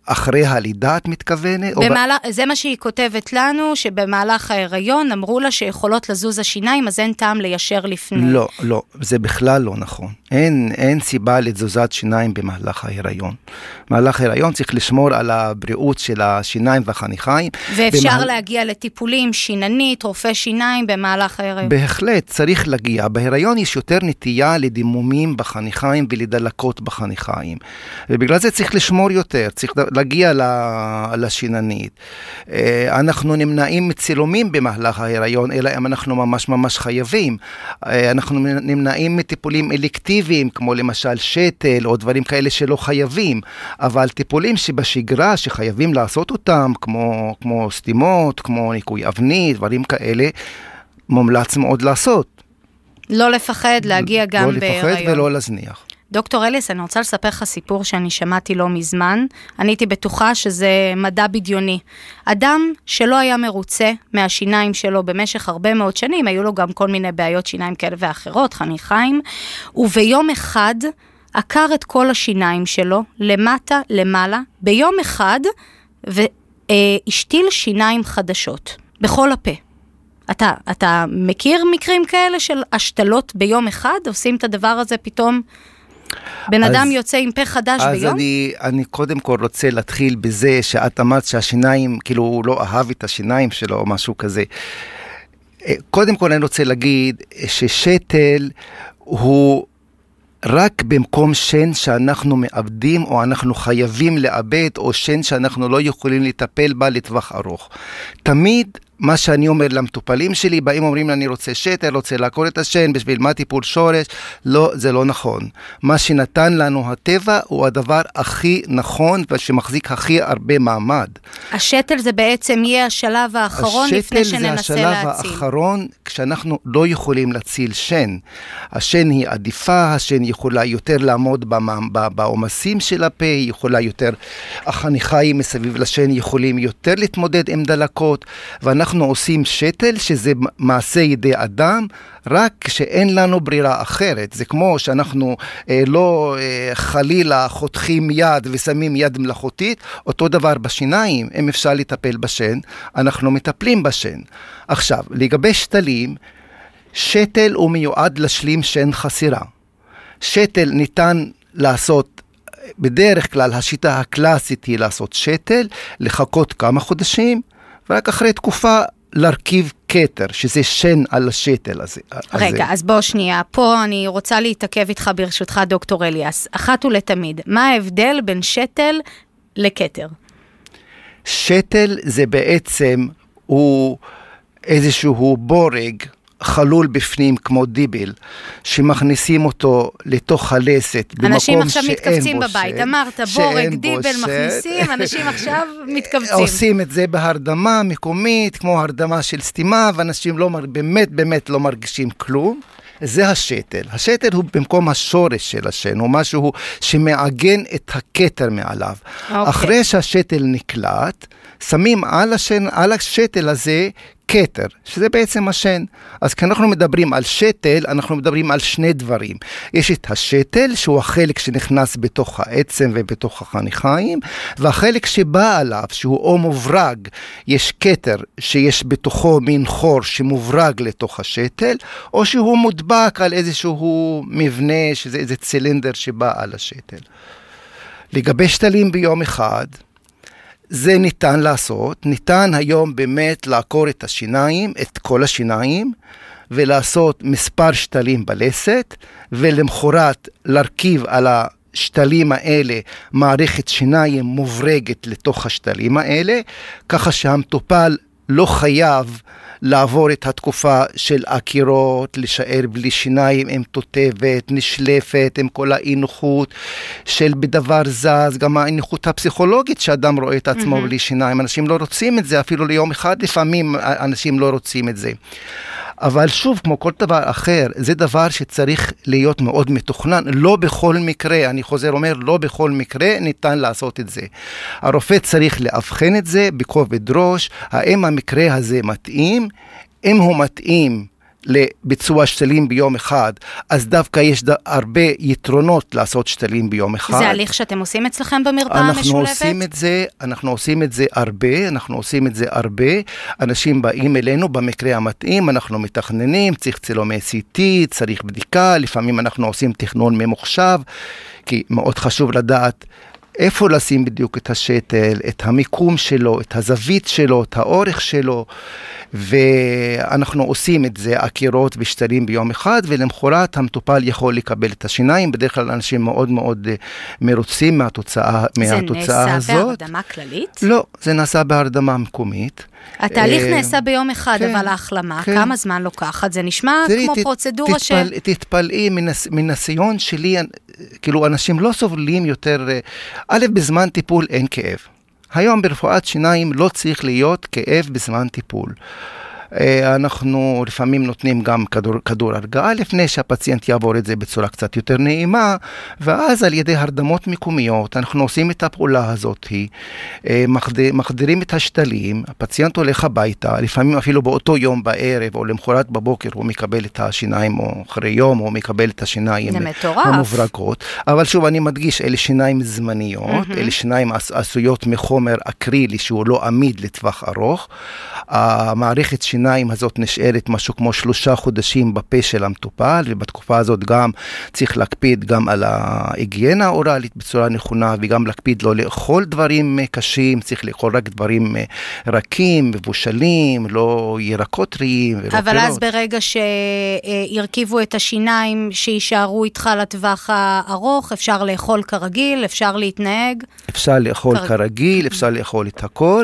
אחרי הלידה את מתכוונת?
זה מה שהיא כותבת לנו, שבמהלך ההיריון אמרו לה שיכולות לזוז השיניים, אז אין טעם ליישר לפני.
לא, זה בכלל לא נכון. אין סיבה לתזוזת שיניים במהלך ההיריון. במהלך ההיריון צריך לשמור על הבריאות של השיניים והחניכיים.
ואפשר להגיע לטיפולים, שיננית, רופא שיניים במהלך ההיריון.
בהחלט, צריך להגיע. בהיריון יש יותר נטייה לדימומים בחניכיים ולדלקות בחניכיים. ובגלל זה צריך לשמור יותר, צריך להגיע לשיננית. אנחנו נמנעים מצילומים במהלך ההיריון, אלא אם אנחנו ממש חייבים. אנחנו נמנעים מטיפולים אלקטיביים, כמו למשל שתל, או דברים כאלה שלא חייבים. אבל טיפולים שבשגרה, שחייבים לעשות אותם, כמו סתימות, כמו ניקוי אבני, דברים כאלה, מומלץ מאוד לעשות.
לא לפחד, להגיע גם בהיריון.
לא לפחד ולא להזניח.
דוקטור אליס, אני רוצה לספר לך סיפור שאני שמעתי לא מזמן. אני הייתי בטוחה שזה מדע בדיוני. אדם שלא היה מרוצה מהשיניים שלו במשך הרבה מאוד שנים, היו לו גם כל מיני בעיות שיניים כאלה ואחרות, חניכיים, וביום אחד עקר את כל השיניים שלו, למטה, למעלה, ביום אחד, והשתיל שיניים חדשות, בכל הפה. אתה מכיר מקרים כאלה של השתלות ביום אחד? עושים את הדבר הזה פתאום? בן אדם יוצא עם פה חדש ביום?
אז אני קודם כל רוצה להתחיל בזה שאת אמרת שהשיניים, כאילו הוא לא אהב את השיניים שלו או משהו כזה. קודם כל אני רוצה להגיד ששתל הוא רק במקום שן שאנחנו מאבדים או אנחנו חייבים לאבד, או שן שאנחנו לא יכולים לטפל בה לטווח ארוך. תמיד מה שאני אומר למטופלים שלי, באים אומרים אני רוצה שתל, רוצה לעקור את השן, בשביל מה טיפול שורש? לא, זה לא נכון. מה שנתן לנו הטבע הוא הדבר הכי נכון ושמחזיק הכי הרבה מעמד.
השתל זה בעצם יהיה השלב האחרון לפני שננסה להציל.
השתל זה השלב האחרון כשאנחנו לא יכולים להציל שן. השן היא עדיפה, השן יכולה יותר לעמוד בעומסים של הפה, היא יכולה יותר, החניכיים מסביב לשן יכולים יותר להתמודד עם דלקות, ואנחנו עושים שתל, שזה מעשה ידי אדם, רק כשאין לנו ברירה אחרת. זה כמו שאנחנו לא חלילה חותכים יד ושמים יד מלאכותית, אותו דבר בשיניים, אם אפשר לטפל בשן, אנחנו מטפלים בשן. עכשיו, לגבי שתלים, שתל הוא מיועד לשלים שן חסירה. שתל ניתן לעשות, בדרך כלל השיטה הקלאסית היא לעשות שתל, לחכות כמה חודשים, ורק אחרי תקופה להרכיב קטר, שזה שן על השתל הזה.
רגע, אז בוא שנייה, פה אני רוצה להתעכב איתך ברשותך דוקטור אליאס. אחת ולתמיד, מה ההבדל בין שתל לקטר?
שתל זה בעצם הוא איזשהו בורג, חלול בפנים כמו דיבל, שמכניסים אותו לתוך הלסת,
אנשים עכשיו מתכווצים בבית, אמרת בורג, דיבל, מכניסים, אנשים עכשיו מתכווצים.
עושים את זה בהרדמה מקומית, כמו הרדמה של סתימה, ואנשים לא, באמת לא מרגישים כלום. זה השתל. השתל הוא במקום השורש של השן, הוא משהו שמעגן את הכתר מעליו. אחרי שהשתל נקלט, שמים על השתל הזה כתר, שזה בעצם השן. אז כשאנחנו מדברים על שתל, אנחנו מדברים על שני דברים. יש את השתל, שהוא החלק שנכנס בתוך העצם ובתוך החניכיים, והחלק שבא עליו, שהוא או מוברג, יש כתר שיש בתוכו מין חור שמוברג לתוך השתל, או שהוא מודבק על איזשהו מבנה, שזה איזה צילינדר שבא על השתל. לגבי שתלים ביום אחד, זה ניתן לעשות, ניתן היום באמת לעקור את השיניים, את כל השיניים, ולעשות מספר שתלים בלסת, ולמחרת להרכיב על השתלים האלה מערכת שיניים מוברגת לתוך השתלים האלה, ככה שהמטופל לא חייב לעבור את התקופה של עקירות, להישאר בלי שיניים עם תותבת, נשלפת, עם כל האינוחות של בדבר זז, גם האינוחות הפסיכולוגית שאדם רואה את עצמו בלי שיניים. אנשים לא רוצים את זה, אפילו ליום אחד לפעמים אנשים לא רוצים את זה. אבל שוב, כמו כל דבר אחר, זה דבר שצריך להיות מאוד מתוכנן. לא בכל מקרה, אני חוזר אומר, לא בכל מקרה ניתן לעשות את זה. הרופא צריך לאבחן את זה בכובד ראש, האם המקרה הזה מתאים? אם הוא מתאים, לביצוע שתלים ביום אחד, אז דווקא יש הרבה יתרונות לעשות שתלים ביום אחד.
זה הליך שאתם עושים אצלכם במרפאה המשולבת?
אנחנו עושים את זה הרבה, אנשים באים אלינו במקרה המתאים, אנחנו מתכננים, צריך צילומי CT, צריך בדיקה, לפעמים אנחנו עושים תכנון ממוחשב, כי מאוד חשוב לדעת איפה לשים בדיוק את השתל, את המיקום שלו, את הזווית שלו, את האורך שלו, ואנחנו עושים את זה, עקירות ושתלים ביום אחד, ולמחרת המטופל יכול לקבל את השיניים. בדרך כלל אנשים מאוד מאוד מרוצים מהתוצאה הזאת.
זה נעשה בהרדמה כללית?
לא, זה נעשה בהרדמה מקומית.
התהליך נעשה ביום אחד, אבל ההחלמה, כמה זמן לוקחת? זה נשמע כמו פרוצדורה
תתפלאי, מניסיון שלי, כאילו אנשים לא סובלים יותר, בזמן טיפול אין כאב. היום ברפואת שיניים לא צריך להיות כאב בזמן טיפול. אנחנו לפעמים נותנים גם כדור הרגעה לפני שהפציינט יעבור את זה בצורה קצת יותר נעימה, ואז על ידי הרדמות מקומיות אנחנו עושים את הפעולה הזאת, מחדירים את השתלים, הפציינט הולך הביתה, לפעמים אפילו באותו יום בערב או למחרת בבוקר הוא מקבל את השיניים, או אחרי יום הוא מקבל את השיניים המוברקות. אבל שוב אני מדגיש, אלה שיניים זמניות, אלה שיניים עשויות מחומר אקרילי שהוא לא עמיד לטווח ארוך. המערכת השיניים הזאת נשארת משהו כמו 3 חודשים בפה של המטופל, ובתקופה הזאת גם צריך להקפיד גם על ההיגיינה האורלית בצורה נכונה, וגם להקפיד לא לאכול דברים קשים, צריך לאכול רק דברים רכים, מבושלים, לא ירקות טריים.
אבל אז ברגע שירכיבו את השיניים שישארו איתך לטווח הארוך, אפשר לאכול כרגיל, אפשר להתנהג?
אפשר לאכול כרגיל, אפשר לאכול את הכל,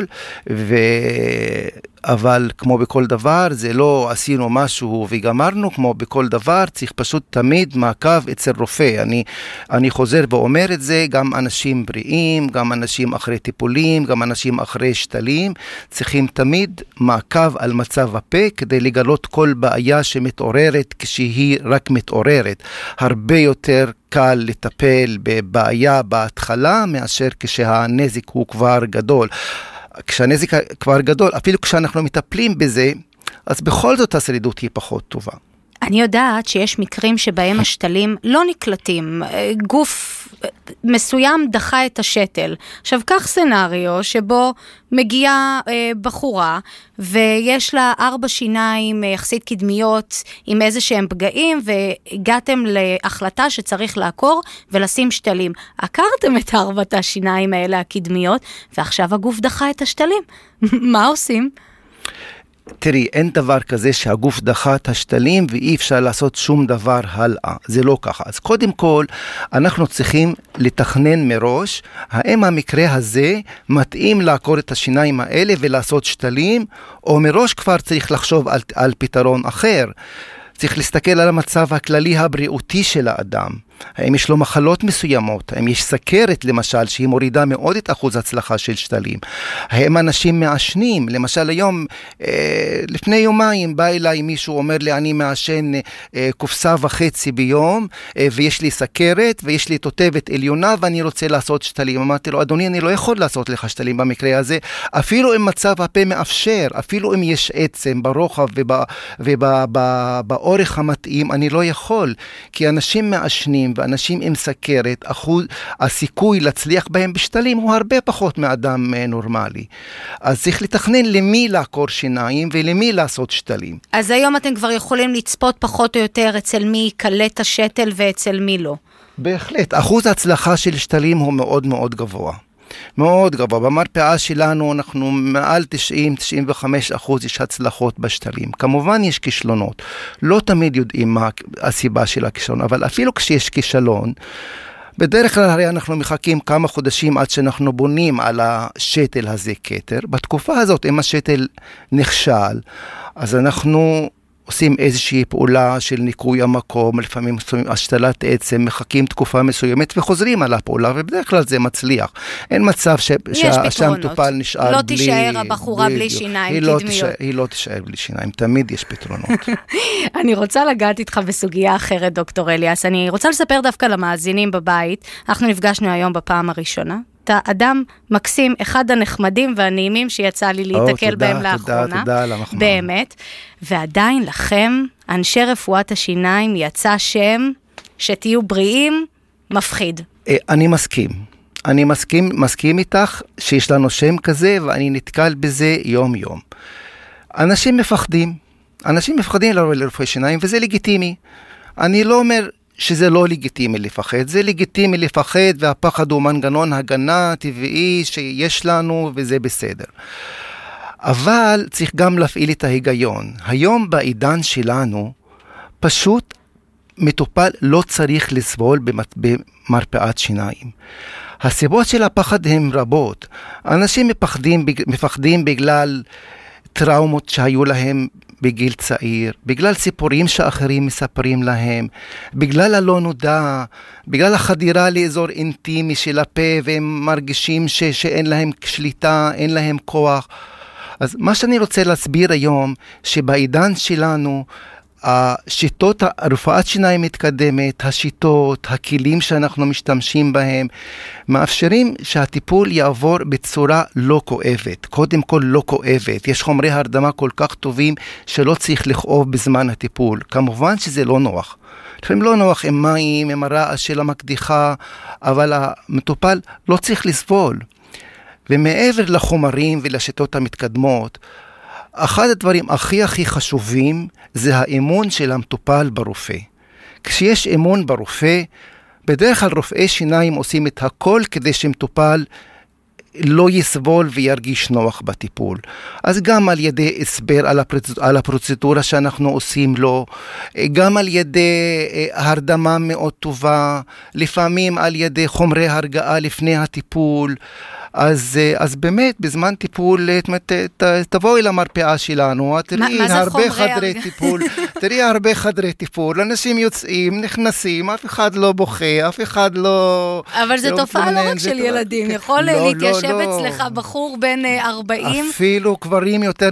אבל כמו בכל דבר, זה לא עשינו משהו וגמרנו, כמו בכל דבר, צריך פשוט תמיד מעקב אצל רופא. אני חוזר ואומר את זה, גם אנשים בריאים, גם אנשים אחרי טיפולים, גם אנשים אחרי שתלים, צריכים תמיד מעקב על מצב הפה, כדי לגלות כל בעיה שמתעוררת כשהיא רק מתעוררת. הרבה יותר קל לטפל בבעיה בהתחלה, מאשר כשהנזק הוא כבר גדול. כשהנזק כבר גדול, אפילו כשאנחנו מטפלים בזה, אז בכל זאת השרידות היא פחות טובה.
אני יודעת שיש מקרים שבהם השתלים לא נקלטים, גוף מסוים דחה את השתל. עכשיו, כך סנריו שבו מגיעה בחורה, ויש לה 4 שיניים יחסית קדמיות עם איזה שהם פגעים, והגעתם להחלטה שצריך לעקור ולשים שתלים. עקרתם את 4 השיניים האלה הקדמיות, ועכשיו הגוף דחה את השתלים. מה עושים?
תראי, אין דבר כזה שהגוף דחה את השתלים ואי אפשר לעשות שום דבר הלאה. זה לא ככה. אז קודם כל, אנחנו צריכים לתכנן מראש, האם המקרה הזה מתאים לעקור את השיניים האלה ולעשות שתלים, או מראש כבר צריך לחשוב על פתרון אחר. צריך להסתכל על המצב הכללי הבריאותי של האדם. האם יש לו מחלות מסוימות? האם יש סכרת למשל שהיא מורידה מאוד את אחוז הצלחה של שתלים? האם אנשים מעשנים? למשל היום, לפני יומיים בא אליי מישהו אומר לי, אני מעשן 1.5 קופסה ביום, ויש לי סכרת ויש לי תותבת עליונה ואני רוצה לעשות שתלים. אמרתי לו, אדוני, אני לא יכול לעשות לך שתלים במקרה הזה, אפילו אם מצב הפה מאפשר, אפילו אם יש עצם ברוחב ובאורך המתאים, אני לא יכול, כי אנשים מעשנים ואנשים עם סכרת, הסיכוי להצליח בהם בשתלים הוא הרבה פחות מאדם נורמלי. אז צריך לתכנן למי לעקור שיניים ולמי לעשות שתלים.
אז היום אתם כבר יכולים לצפות פחות או יותר אצל מי קלט השתל ואצל מי לא.
בהחלט, אחוז ההצלחה של שתלים הוא מאוד מאוד גבוה. מאוד גבוה. במרפאה שלנו אנחנו מעל 90-95% יש הצלחות בשתלים. כמובן יש כישלונות. לא תמיד יודעים מה הסיבה של הכישלון, אבל אפילו כשיש כישלון, בדרך כלל הרי אנחנו מחכים כמה חודשים עד שאנחנו בונים על השתל הזה כתר. בתקופה הזאת, אם השתל נכשל, אז אנחנו עושים איזושהי פעולה של ניקוי המקום, לפעמים השתלת עצם, מחכים תקופה מסוימת וחוזרים על הפעולה, ובדרך כלל זה מצליח. אין מצב שהמטופל נשאר
לא תישאר הבחורה בלי שיניים קדמיות.
היא לא תישאר בלי שיניים, תמיד יש פתרונות.
אני רוצה לגעת איתך בסוגיה אחרת, דוקטור אליאס. אני רוצה לספר דווקא למאזינים בבית. אנחנו נפגשנו היום בפעם הראשונה. אתה אדם מקסים, אחד הנחמדים והנעימים שיצא לי להתקל בהם לאחרונה.
תודה על המחמאה.
באמת. ועדיין לכם, אנשי רפואת השיניים יצא שם שתהיו בריאים מפחיד.
אני מסכים איתך שיש לנו שם כזה, ואני נתקל בזה יום יום. אנשים מפחדים לרופאי שיניים, וזה לגיטימי. אני לא אומר שזה לא לגיטימי לפחד, זה לגיטימי לפחד, והפחד הוא מנגנון הגנה טבעי שיש לנו, וזה בסדר. אבל צריך גם להפעיל את ההיגיון. היום בעידן שלנו, פשוט מטופל לא צריך לסבול במרפאת שיניים. הסיבות של הפחד הן רבות. אנשים מפחדים בגלל טראומות שהיו להם בגיל צעיר, בגלל סיפורים שאחרים מספרים להם, בגלל הלא נודע, בגלל החדירה לאזור אינטימי של הפה, והם מרגישים שאין להם שליטה, אין להם כוח. אז מה שאני רוצה להסביר היום, שבעידן שלנו, השיטות, הרפואת שיניים מתקדמת, השיטות, הכלים שאנחנו משתמשים בהם, מאפשרים שהטיפול יעבור בצורה לא כואבת. קודם כל לא כואבת. יש חומרי הרדמה כל כך טובים שלא צריך לכאוב בזמן הטיפול. כמובן שזה לא נוח. לפעמים לא נוח עם מים, עם הרעש של המקדיחה, אבל המטופל לא צריך לסבול. ומעבר לחומרים ולשיטות המתקדמות, אחד הדברים הכי חשובים זה האמון של המטופל ברופא. כשיש אמון ברופא, בדרך כלל רופאי שיניים עושים את הכל כדי שמטופל לא יסבול וירגיש נוח בטיפול. אז גם על ידי הסבר על הפרוצדורה שאנחנו עושים לו, גם על ידי הרדמה מאוד טובה, לפעמים על ידי חומרי הרגעה לפני הטיפול. אז באמת, בזמן טיפול, תבואי למרפאה שלנו, תראי הרבה חדרי טיפול, אנשים יוצאים, נכנסים, אף אחד לא בוכה, אף אחד לא...
אבל זו תופעה לא רק של ילדים, יכול להתיישב אצלך בחור בן 40.
אפילו גברים יותר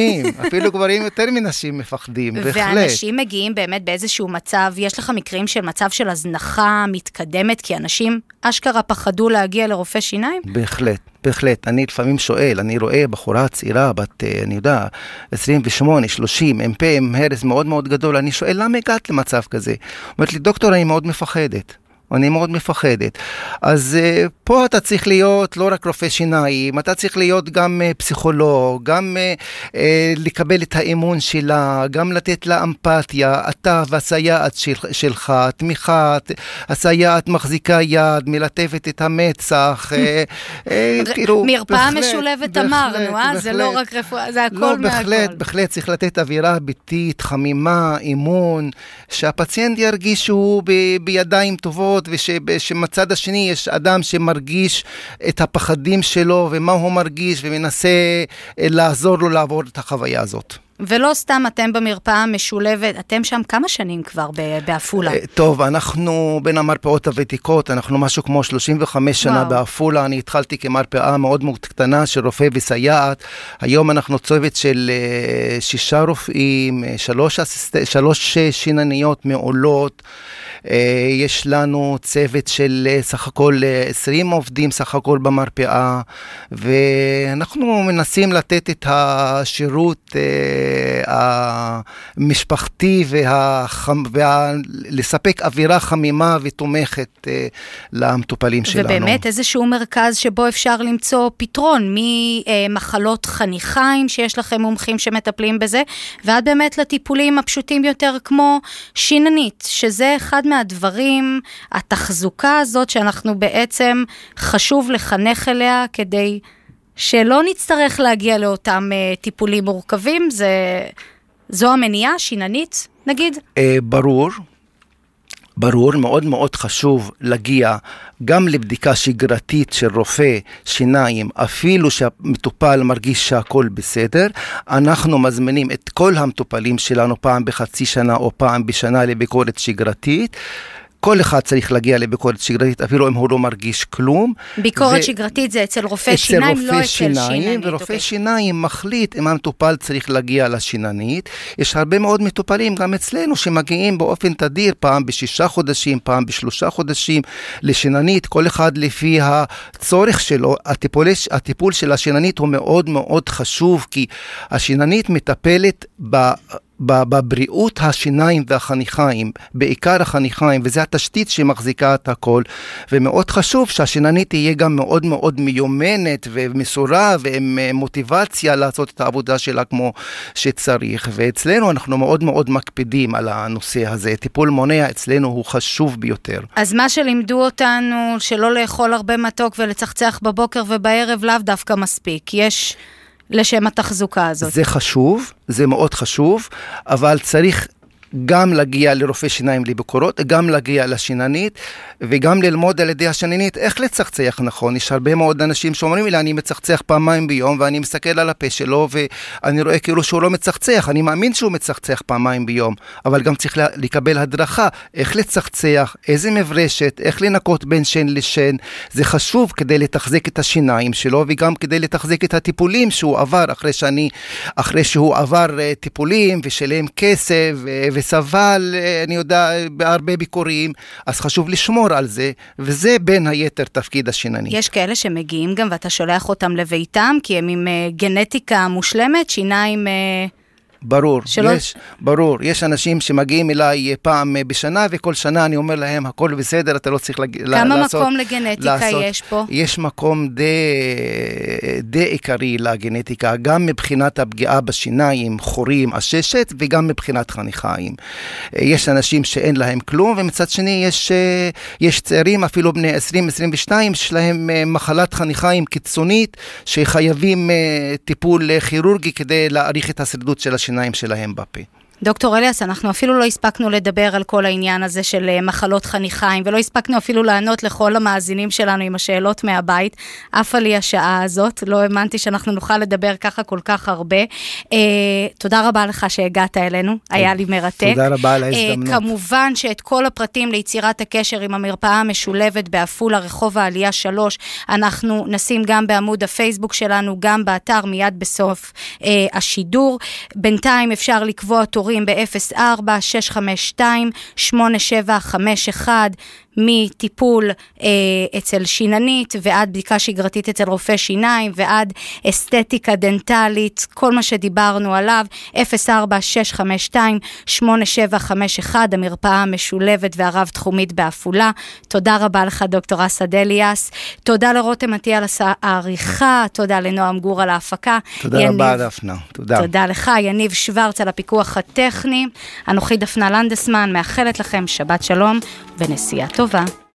מנשים מפחדים, בהחלט.
ואנשים מגיעים באמת באיזשהו מצב, יש לך מקרים של מצב של הזנחה מתקדמת, כי אנשים אשכרה פחדו להגיע לרופא שיניים?
בהחלט. אני לפעמים שואל, אני רואה בחורה צעירה, בת, 28, 30, MP עם הרס מאוד מאוד גדול, אני שואל, למה הגעת למצב כזה? אומרת לי, דוקטור, אני מאוד מפחדת. אז פה אתה צריך להיות לא רק רופא שיניים, אתה צריך להיות גם פסיכולוג, גם לקבל את האמון שלה, גם לתת לה אמפתיה, אתה והסייעת שלך, תמיכה, הסייעת מחזיקה יד, מלטפת את המצח,
כאילו... מרפאה משולבת אמרנו, זה לא רק רפואה, זה הכל מהכל.
בהחלט צריך לתת אווירה ביתית, חמימה, אמון, שהפציינט ירגיש שהוא בידיים טובות, ושמצד השני יש אדם שמרגיש את הפחדים שלו ומה הוא מרגיש ומנסה לעזור לו לעבור את החוויה הזאת.
ולא סתם אתם במרפאה משולבת, אתם שם כמה שנים כבר באפולה?
טוב, אנחנו בין המרפאות הוותיקות, אנחנו משהו כמו 35 שנה באפולה, אני התחלתי כמרפאה מאוד מאוד קטנה של רופא וסייעת, היום אנחנו צוות של 6 רופאים, 3 שינניות מעולות, יש לנו צוות של סך הכל 20 עובדים סך הכל במרפאה, ואנחנו מנסים לתת את השירות המשפחתי ולספק אווירה חמימה ותומכת למטופלים שלנו.
ובאמת איזשהו מרכז שבו אפשר למצוא פתרון ממחלות חניכיים שיש לכם מומחים שמטפלים בזה, ועד באמת לטיפולים הפשוטים יותר כמו שיננית, שזה אחד מהדברים, התחזוקה הזאת שאנחנו בעצם חשוב לחנך אליה כדי שלא נצטרך להגיע לאותם טיפולים מורכבים, זו המניעה שיננית, נגיד? ברור, מאוד מאוד חשוב להגיע גם לבדיקה שגרתית של רופא שיניים, אפילו שהמטופל מרגיש שהכל בסדר, אנחנו מזמינים את כל המטופלים שלנו פעם בחצי שנה או פעם בשנה לביקורת שגרתית, כל אחד צריך להגיע לביקורת שגרתית, אפילו אם הוא לא מרגיש כלום. ביקורת שגרתית זה אצל רופא שיניים, לא אצל שיננית.
ורופא שיניים מחליט אם המטופל צריך להגיע לשיננית. יש הרבה מאוד מטופלים גם אצלנו שמגיעים באופן תדיר, פעם ב6 חודשים, פעם ב3 חודשים לשיננית, כל אחד לפי הצורך שלו. הטיפול של השיננית הוא מאוד מאוד חשוב, כי השיננית מטפלת בבריאות השיניים והחניכיים, בעיקר החניכיים, וזה התשתית שמחזיקה את הכל, ומאוד חשוב שהשיננית תהיה גם מאוד מאוד מיומנת ומסורה ועם מוטיבציה לעשות את העבודה שלה כמו שצריך, ואצלנו אנחנו מאוד מאוד מקפידים על הנושא הזה. טיפול מונע אצלנו הוא חשוב ביותר.
אז מה שלימדו אותנו שלא לאכול הרבה מתוק ולצחצח בבוקר ובערב לאו דווקא מספיק, יש לשם התחזוקה הזאת.
זה חשוב, זה מאוד חשוב, אבל צריך גם להגיע לרופא שיניים לביקורות, גם להגיע לשיננית, וגם ללמוד על ידי השיננית איך לצחצח נכון. יש הרבה מאוד אנשים שאומרים לי, אני מצחצח פעמיים ביום, ואני מסתכל על הפה שלו, ואני רואה כאילו שהוא לא מצחצח. אני מאמין שהוא מצחצח פעמיים ביום, אבל גם צריך לקבל הדרכה, איך לצחצח, איזה מברשת, איך לנקות בין שן לשן. זה חשוב כדי לתחזק את השיניים שלו, וגם כדי לתחזק את הטיפולים שהוא עבר, אחרי שהוא עבר טיפולים, ושלם כסף, וסבל, אני יודע, בהרבה ביקורים, אז חשוב לשמור על זה, וזה בין היתר תפקיד השינני.
יש כאלה שמגיעים גם ואתה שולח אותם לביתם, כי הם עם גנטיקה מושלמת, שיניים...
ברור, ברור. יש אנשים שמגיעים אליי פעם בשנה, וכל שנה אני אומר להם, הכל בסדר, אתה לא צריך לעשות...
כמה מקום לגנטיקה יש פה?
יש מקום די עיקרי לגנטיקה, גם מבחינת הפגיעה בשיניים, חורים, עששת, וגם מבחינת חניכיים. יש אנשים שאין להם כלום, ומצד שני יש צעירים, אפילו בני 20-22, שלהם מחלת חניכיים קיצונית, שחייבים טיפול כירורגי כדי להאריך את השרידות של השיניים שלהם בפה.
דוקטור אליאס, אנחנו אפילו לא הספקנו לדבר על כל העניין הזה של מחלות חניכיים, ולא הספקנו אפילו לענות לכל המאזינים שלנו עם השאלות מהבית, אף עלי השעה הזאת, לא האמנתי שאנחנו נוכל לדבר ככה כל כך הרבה. תודה רבה לך שהגעת אלינו, היה לי מרתק.
תודה רבה על ההזדמנות.
כמובן שאת כל הפרטים ליצירת הקשר עם המרפאה המשולבת בעפולה, רחוב העלייה 3, אנחנו נשים גם בעמוד הפייסבוק שלנו, גם באתר מיד בסוף השידור. בינתיים אפשר לקבוע תורים ב-04-652-8751, מטיפול אצל שיננית ועד בדיקה שגרתית אצל רופא שיניים ועד אסתטיקה דנטלית, כל מה שדיברנו עליו, 04-652-8751, המרפאה המשולבת והרב תחומית בעפולה. תודה רבה לך דוקטור אסד אליאס, תודה לרותם עטי על העריכה, תודה לנועם גור על ההפקה.
תודה רבה דפנה, תודה.
תודה לך, יניב שוורץ על הפיקוח הטכני, אנוכי דפנה לנדסמן, מאחלת לכם שבת שלום ונסיעה טובה.